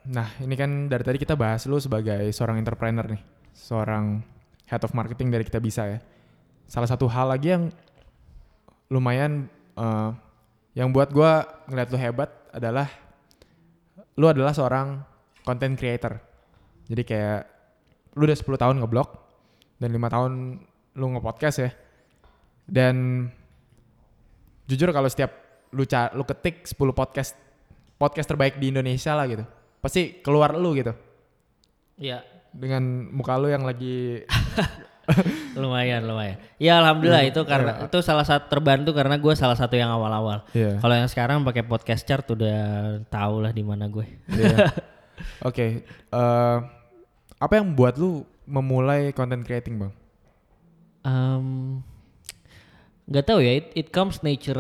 Nah ini kan dari tadi kita bahas lu sebagai seorang entrepreneur nih, seorang head of marketing dari Kita Bisa ya. Salah satu hal lagi yang lumayan yang buat gue ngeliat lu hebat adalah lu adalah seorang content creator. Jadi kayak lu udah 10 tahun ngeblog dan 5 tahun lu nge-podcast ya. Dan jujur kalau setiap lu ketik 10 podcast terbaik di Indonesia lah gitu, pasti keluar lu gitu. Iya. Dengan muka lu yang lagi lumayan. Ya alhamdulillah itu karena itu salah satu terbantu karena gue salah satu yang awal-awal. Kalau yang sekarang pakai podcast chart udah tau lah di mana gue. Oke. Apa yang buat lu memulai content creating bang? Gak tahu ya. It comes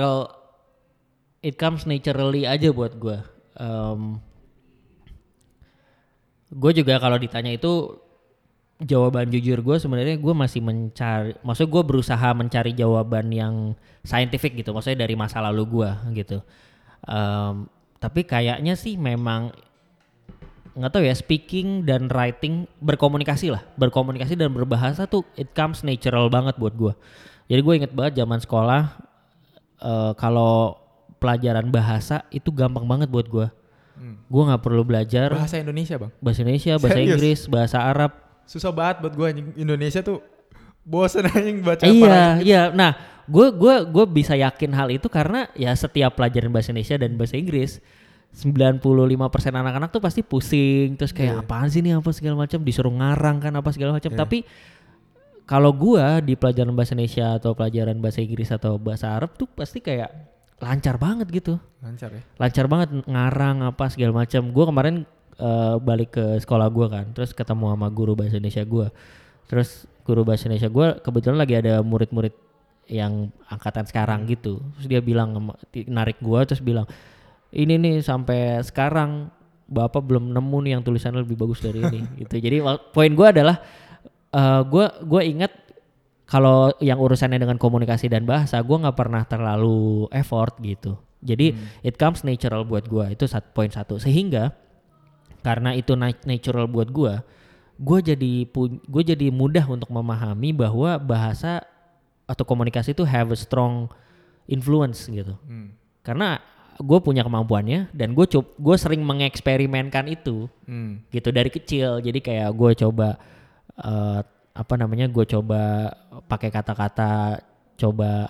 naturally aja buat gue. Gue juga kalau ditanya itu jawaban jujur gue sebenarnya gue masih mencari, maksudnya gue berusaha mencari jawaban yang scientific gitu, maksudnya dari masa lalu gue gitu. Tapi kayaknya sih memang nggak tahu ya, speaking dan writing, berkomunikasi dan berbahasa tuh it comes natural banget buat gue. Jadi gue inget banget zaman sekolah kalau pelajaran bahasa itu gampang banget buat gue. Gue nggak perlu belajar bahasa Indonesia bang. Bahasa Indonesia, bahasa Serius? Inggris, bahasa Arab. Susah banget buat gue anjing. Indonesia tuh bosen anjing baca Iya. Nah, gue bisa yakin hal itu karena ya setiap pelajaran bahasa Indonesia dan bahasa Inggris 95% anak-anak tuh pasti pusing, terus kayak apaan sih nih apa segala macam, disuruh ngarang kan apa segala macam. Tapi kalau gue di pelajaran bahasa Indonesia atau pelajaran bahasa Inggris atau bahasa Arab tuh pasti kayak lancar banget gitu. Lancar banget ngarang apa segala macam. Gue kemarin balik ke sekolah gue kan, terus ketemu sama guru bahasa Indonesia gue. Terus guru bahasa Indonesia gue kebetulan lagi ada murid-murid yang angkatan sekarang gitu. Terus dia bilang, narik gue terus bilang, ini nih sampai sekarang bapak belum nemu nih yang tulisannya lebih bagus dari ini gitu. Jadi poin gue adalah gue ingat kalau yang urusannya dengan komunikasi dan bahasa gue nggak pernah terlalu effort gitu. Jadi it comes natural buat gue, itu poin satu. Sehingga karena itu natural buat gue jadi mudah untuk memahami bahwa bahasa atau komunikasi itu have a strong influence gitu. Karena gue punya kemampuannya dan gue sering mengeksperimenkan itu gitu dari kecil. Jadi kayak gue coba gue coba pakai kata-kata, coba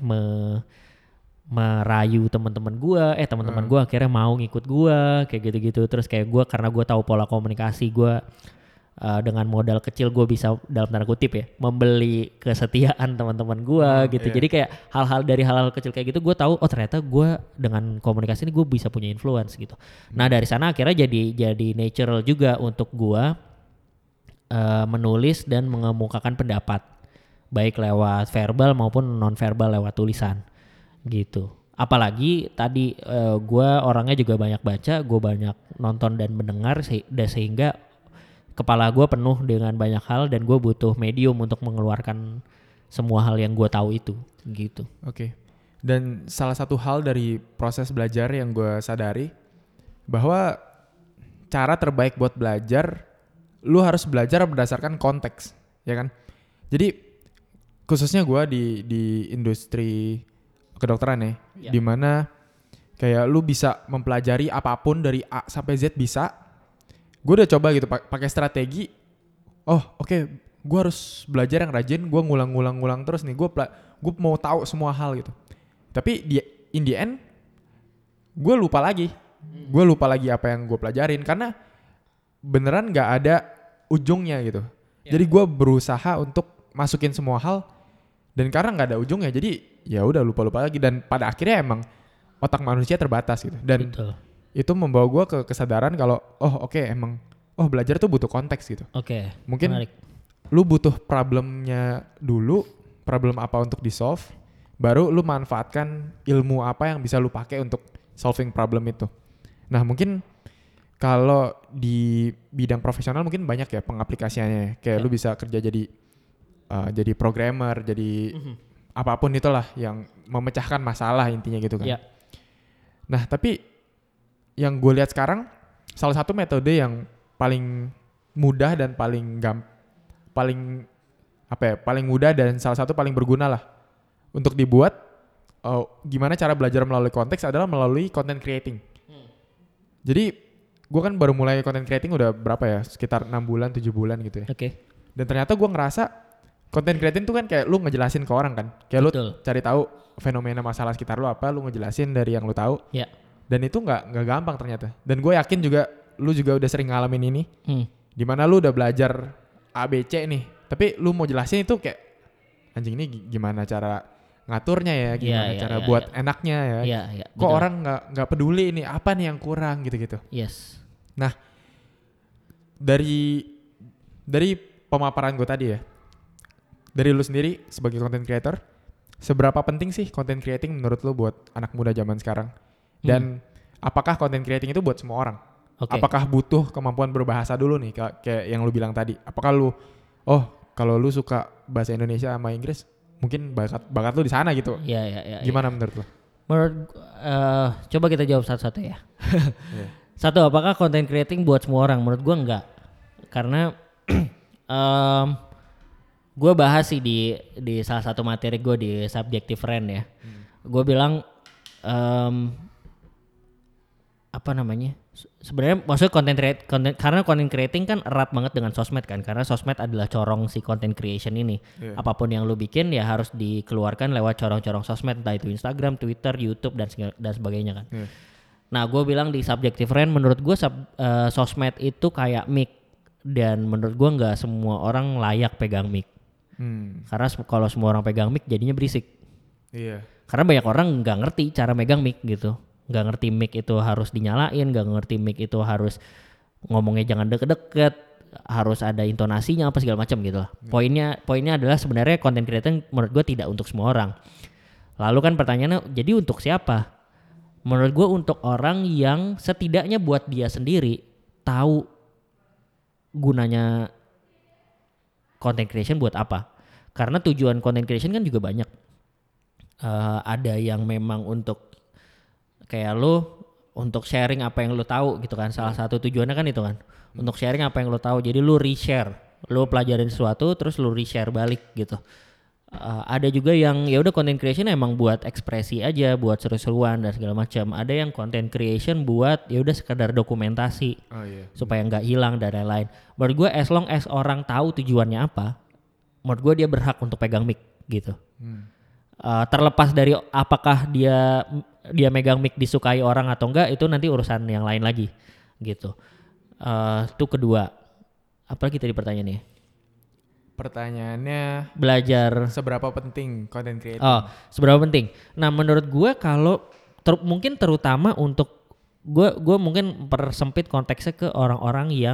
merayu teman-teman gue akhirnya mau ngikut gue kayak gitu-gitu. Terus kayak gue karena gue tahu pola komunikasi gue, dengan modal kecil gue bisa dalam tanda kutip ya membeli kesetiaan teman-teman gue gitu. Jadi kayak dari hal-hal kecil kayak gitu gue tahu ternyata gue dengan komunikasi ini gue bisa punya influence gitu. Nah dari sana akhirnya jadi natural juga untuk gue menulis dan mengemukakan pendapat baik lewat verbal maupun non verbal lewat tulisan gitu. Apalagi tadi gue orangnya juga banyak baca, gue banyak nonton dan mendengar sehingga kepala gue penuh dengan banyak hal dan gue butuh medium untuk mengeluarkan semua hal yang gue tahu itu gitu. Oke. Dan salah satu hal dari proses belajar yang gue sadari bahwa cara terbaik buat belajar, lu harus belajar berdasarkan konteks, ya kan? Jadi khususnya gue di industri kedokteran ya, dimana kayak lu bisa mempelajari apapun dari A sampai Z bisa. Gue udah coba gitu pakai strategi. Gue harus belajar yang rajin. Gue ngulang terus nih. Gue mau tahu semua hal gitu. Tapi in the end, gue lupa lagi. Gue lupa lagi apa yang gue pelajarin karena beneran nggak ada ujungnya gitu. Jadi gue berusaha untuk masukin semua hal dan karena nggak ada ujungnya, jadi ya udah lupa lagi dan pada akhirnya emang otak manusia terbatas gitu. Dan betul. Itu membawa gue ke kesadaran kalau belajar tuh butuh konteks gitu. Mungkin menarik. Lu butuh problemnya dulu, problem apa untuk di solve, baru lu manfaatkan ilmu apa yang bisa lu pakai untuk solving problem itu. Nah mungkin kalau di bidang profesional mungkin banyak ya pengaplikasiannya, kayak lu bisa kerja jadi programmer, jadi apapun itulah yang memecahkan masalah intinya gitu kan. Nah tapi yang gue lihat sekarang salah satu metode yang paling mudah dan paling paling mudah dan salah satu paling berguna lah untuk dibuat. Gimana cara belajar melalui konteks adalah melalui content creating. Jadi gue kan baru mulai content creating udah berapa ya, sekitar 6 bulan 7 bulan gitu ya. Oke. Dan ternyata gue ngerasa content creating tuh kan kayak lu ngejelasin ke orang kan, kayak Betul. lu cari tahu fenomena masalah sekitar lu apa, lu ngejelasin dari yang lu tahu. Ya. Dan itu nggak gampang ternyata. Dan gue yakin juga lu juga udah sering ngalamin ini. Dimana lu udah belajar ABC nih, tapi lu mau jelasin itu kayak anjing ini gimana cara ngaturnya ya, gimana cara buat enaknya ya. Kok betul. orang nggak peduli ini apa nih yang kurang gitu-gitu. Yes. Nah, dari pemaparan gue tadi ya, dari lu sendiri sebagai content creator, seberapa penting sih content creating menurut lu buat anak muda zaman sekarang? Dan apakah content creating itu buat semua orang? Okay. Apakah butuh kemampuan berbahasa dulu nih, kayak yang lu bilang tadi? Apakah kalau lu suka bahasa Indonesia sama Inggris, mungkin bakat lu di sana gitu? Iya. Gimana menurut lu? Coba kita jawab satu-satu ya. Satu, apakah content creating buat semua orang? Menurut gue enggak. Karena gue bahas sih di salah satu materi gue di Subjective Friend ya. Gue bilang sebenarnya maksudnya karena content creating kan erat banget dengan sosmed kan, karena sosmed adalah corong si content creation ini. Apapun yang lu bikin ya harus dikeluarkan lewat corong-corong sosmed, entah itu Instagram, Twitter, YouTube dan sebagainya kan. Nah, gue bilang di Subjective Friend, menurut gue sosmed itu kayak mic, dan menurut gue nggak semua orang layak pegang mic. Karena kalau semua orang pegang mic jadinya berisik. Karena banyak orang nggak ngerti cara megang mic gitu. Nggak ngerti mic itu harus dinyalain, nggak ngerti mic itu harus ngomongnya jangan deket-deket, harus ada intonasinya apa segala macam gitu lah. Poinnya adalah sebenarnya content creating menurut gue tidak untuk semua orang. Lalu kan pertanyaannya, jadi untuk siapa? Menurut gue untuk orang yang setidaknya buat dia sendiri tahu gunanya content creation buat apa. Karena tujuan content creation kan juga banyak. Ada yang memang untuk kayak lo untuk sharing apa yang lo tahu gitu kan. Salah satu tujuannya kan itu kan. Untuk sharing apa yang lo tahu. Jadi lo reshare. Lo pelajarin sesuatu terus lo reshare balik gitu. Ada juga yang ya udah content creation emang buat ekspresi aja, buat seru-seruan dan segala macam. Ada yang content creation buat ya udah sekadar dokumentasi supaya nggak hilang dan lain-lain. Menurut gue as long as orang tahu tujuannya apa, menurut gue dia berhak untuk pegang mic gitu. Terlepas dari apakah dia megang mic disukai orang atau enggak, itu nanti urusan yang lain lagi gitu. Itu kedua. Apalagi tadi pertanyaannya? Pertanyaannya belajar seberapa penting content creating? Seberapa penting? Nah, menurut gue kalau mungkin terutama untuk gue mungkin persempit konteksnya ke orang-orang yang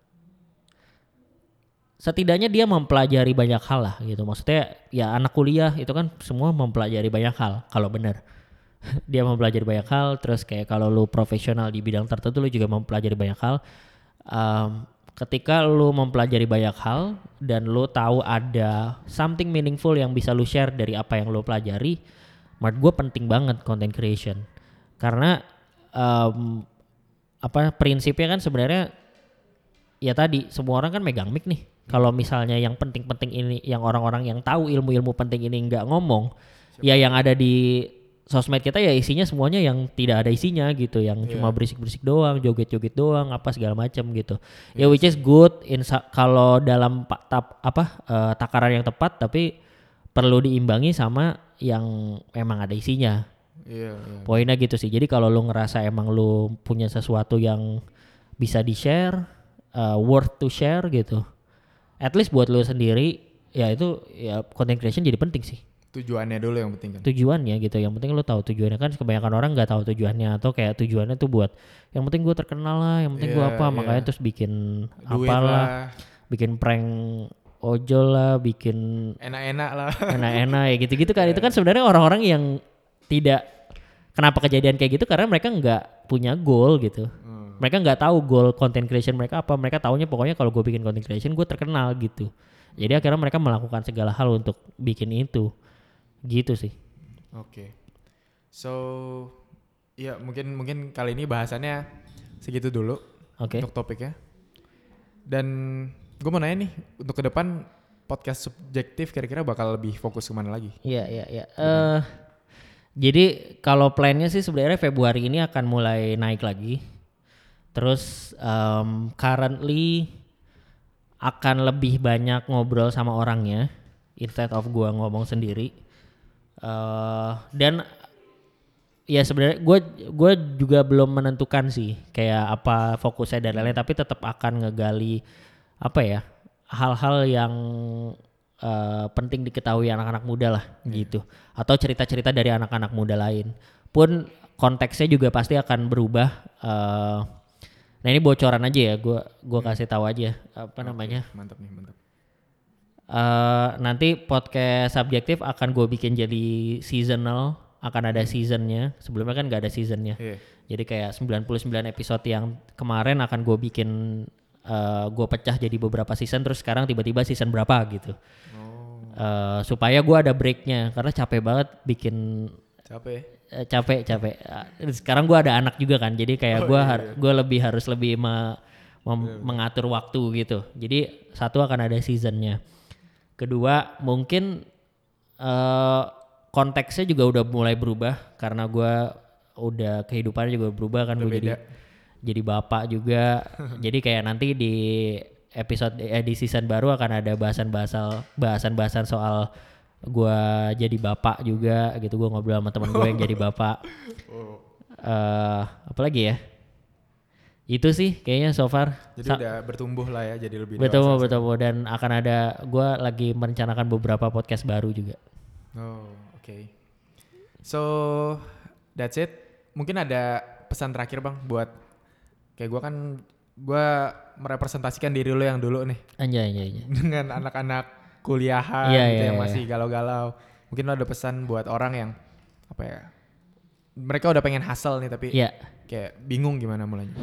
setidaknya dia mempelajari banyak hal lah gitu. Maksudnya ya anak kuliah itu kan semua mempelajari banyak hal kalau benar. Dia mempelajari banyak hal, terus kayak kalau lu profesional di bidang tertentu lu juga mempelajari banyak hal. Ketika lu mempelajari banyak hal dan lu tahu ada something meaningful yang bisa lu share dari apa yang lu pelajari, menurut gue penting banget content creation. Karena prinsipnya kan sebenarnya ya tadi semua orang kan megang mic nih. Kalau misalnya yang penting-penting ini, yang orang-orang yang tahu ilmu-ilmu penting ini nggak ngomong, ya yang ada di sosmed kita ya isinya semuanya yang tidak ada isinya gitu, yang cuma berisik-berisik doang, joget-joget doang, apa segala macam gitu. Ya which is good kalau dalam takaran yang tepat, tapi perlu diimbangi sama yang emang ada isinya. Poinnya gitu sih. Jadi kalau lu ngerasa emang lu punya sesuatu yang bisa di-share, worth to share gitu, at least buat lu sendiri, ya itu ya content creation jadi penting sih. Tujuannya dulu yang penting kan? Tujuannya gitu, yang penting lu tahu tujuannya kan. Kebanyakan orang nggak tahu tujuannya, atau kayak tujuannya tuh buat yang penting gue terkenal lah, yang penting gue apa, makanya terus bikin duit apalah, bikin prank ojol lah, bikin enak-enak ya gitu-gitu kan. Itu kan sebenarnya orang-orang yang tidak, kenapa kejadian kayak gitu, karena mereka nggak punya goal gitu. Mereka nggak tahu goal content creation mereka apa. Mereka taunya pokoknya kalau gue bikin content creation gue terkenal gitu. Jadi akhirnya mereka melakukan segala hal untuk bikin itu. Gitu sih. Oke. So, ya mungkin kali ini bahasannya segitu dulu. Oke. untuk topiknya. Dan gue mau nanya nih, untuk ke depan podcast subjektif kira-kira bakal lebih fokus kemana lagi? Iya. Jadi kalau plannya sih sebenarnya Februari ini akan mulai naik lagi. Terus currently akan lebih banyak ngobrol sama orangnya instead of gua ngomong sendiri. Dan ya sebenarnya gue juga belum menentukan sih kayak apa fokusnya dan lain-lain, tapi tetap akan ngegali apa ya hal-hal yang penting diketahui anak-anak muda lah gitu, atau cerita-cerita dari anak-anak muda lain pun konteksnya juga pasti akan berubah. Nah ini bocoran aja ya, gue kasih tahu aja apa namanya. Mantap nih, mantap. Nanti podcast subjektif akan gue bikin jadi seasonal, akan ada seasonnya. Sebelumnya kan gak ada seasonnya. Jadi kayak 99 episode yang kemarin akan gue bikin, gue pecah jadi beberapa season, terus sekarang tiba-tiba season berapa gitu. Supaya gue ada breaknya, karena capek banget bikin. Capek. Sekarang gue ada anak juga kan, jadi kayak gue harus lebih mengatur waktu gitu. Jadi satu akan ada seasonnya. Kedua mungkin konteksnya juga udah mulai berubah karena gue udah kehidupannya juga berubah kan, gue jadi bapak juga. Jadi kayak nanti di episode di season baru akan ada bahasan soal gue jadi bapak juga gitu. Gue ngobrol sama teman gue yang jadi bapak. Apalagi ya? Itu sih kayaknya so far. Jadi udah bertumbuh lah ya, jadi lebih betul. Dan akan ada, gue lagi merencanakan beberapa podcast baru juga. Okay. So that's it. Mungkin ada pesan terakhir Bang buat kayak gue merepresentasikan diri lo yang dulu nih. Anjay. Dengan anak-anak kuliahan gitu yang masih galau-galau. Mungkin lo ada pesan buat orang yang apa ya? Mereka udah pengen hustle nih tapi kayak bingung gimana mulainya.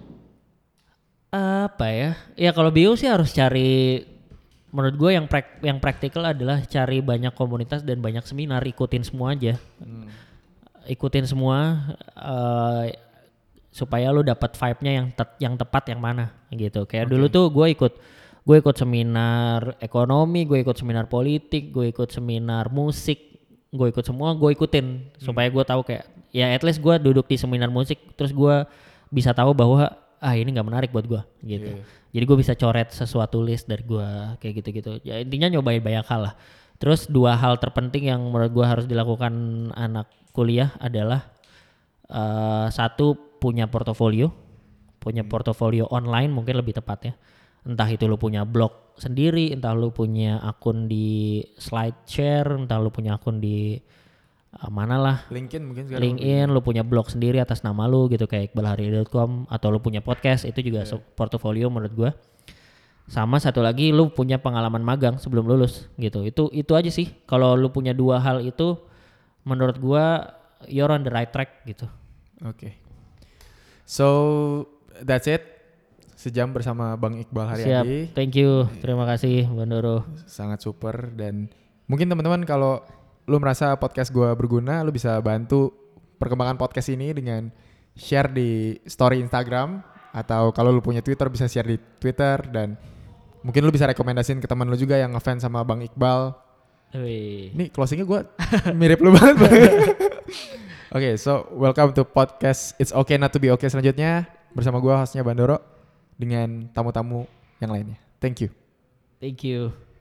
Apa ya? Ya kalau bingung sih harus cari, menurut gue yang praktikal adalah cari banyak komunitas dan banyak seminar, ikutin semua aja. Ikutin semua supaya lu dapat vibe-nya yang tepat yang mana gitu. Kayak dulu tuh gue ikut seminar ekonomi, gue ikut seminar politik, gue ikut seminar musik, gue ikut semua, gue ikutin supaya gue tahu kayak ya at least gue duduk di seminar musik terus gue bisa tahu bahwa ini nggak menarik buat gue gitu. Jadi gue bisa coret sesuatu list dari gue kayak gitu-gitu. Ya intinya nyobain banyak hal lah. Terus 2 hal terpenting yang menurut gue harus dilakukan anak kuliah adalah satu, punya portofolio online mungkin lebih tepatnya. Entah itu lu punya blog sendiri, entah lu punya akun di SlideShare, entah lu punya akun di mana lah. LinkedIn mungkin sekarang. LinkedIn, lu punya blog sendiri atas nama lu gitu kayak iqbalhari.com, atau lu punya podcast, itu juga portofolio menurut gua. Sama satu lagi, lu punya pengalaman magang sebelum lulus gitu. Itu aja sih. Kalau lu punya 2 hal itu, menurut gua you're on the right track gitu. Okay. So that's it. Sejam bersama Bang Iqbal Haryadi. Siap, thank you. Terima kasih Bang Doro. Sangat super. Dan mungkin teman-teman kalau lu merasa podcast gue berguna, lu bisa bantu perkembangan podcast ini dengan share di story Instagram, atau kalau lu punya Twitter bisa share di Twitter, dan mungkin lu bisa rekomendasiin ke teman lu juga yang ngefans sama Bang Iqbal. Ini closingnya gue mirip lu banget. Okay, so welcome to podcast It's Okay Not to Be Okay selanjutnya bersama gue hostnya Bandoro dengan tamu-tamu yang lainnya. Thank you.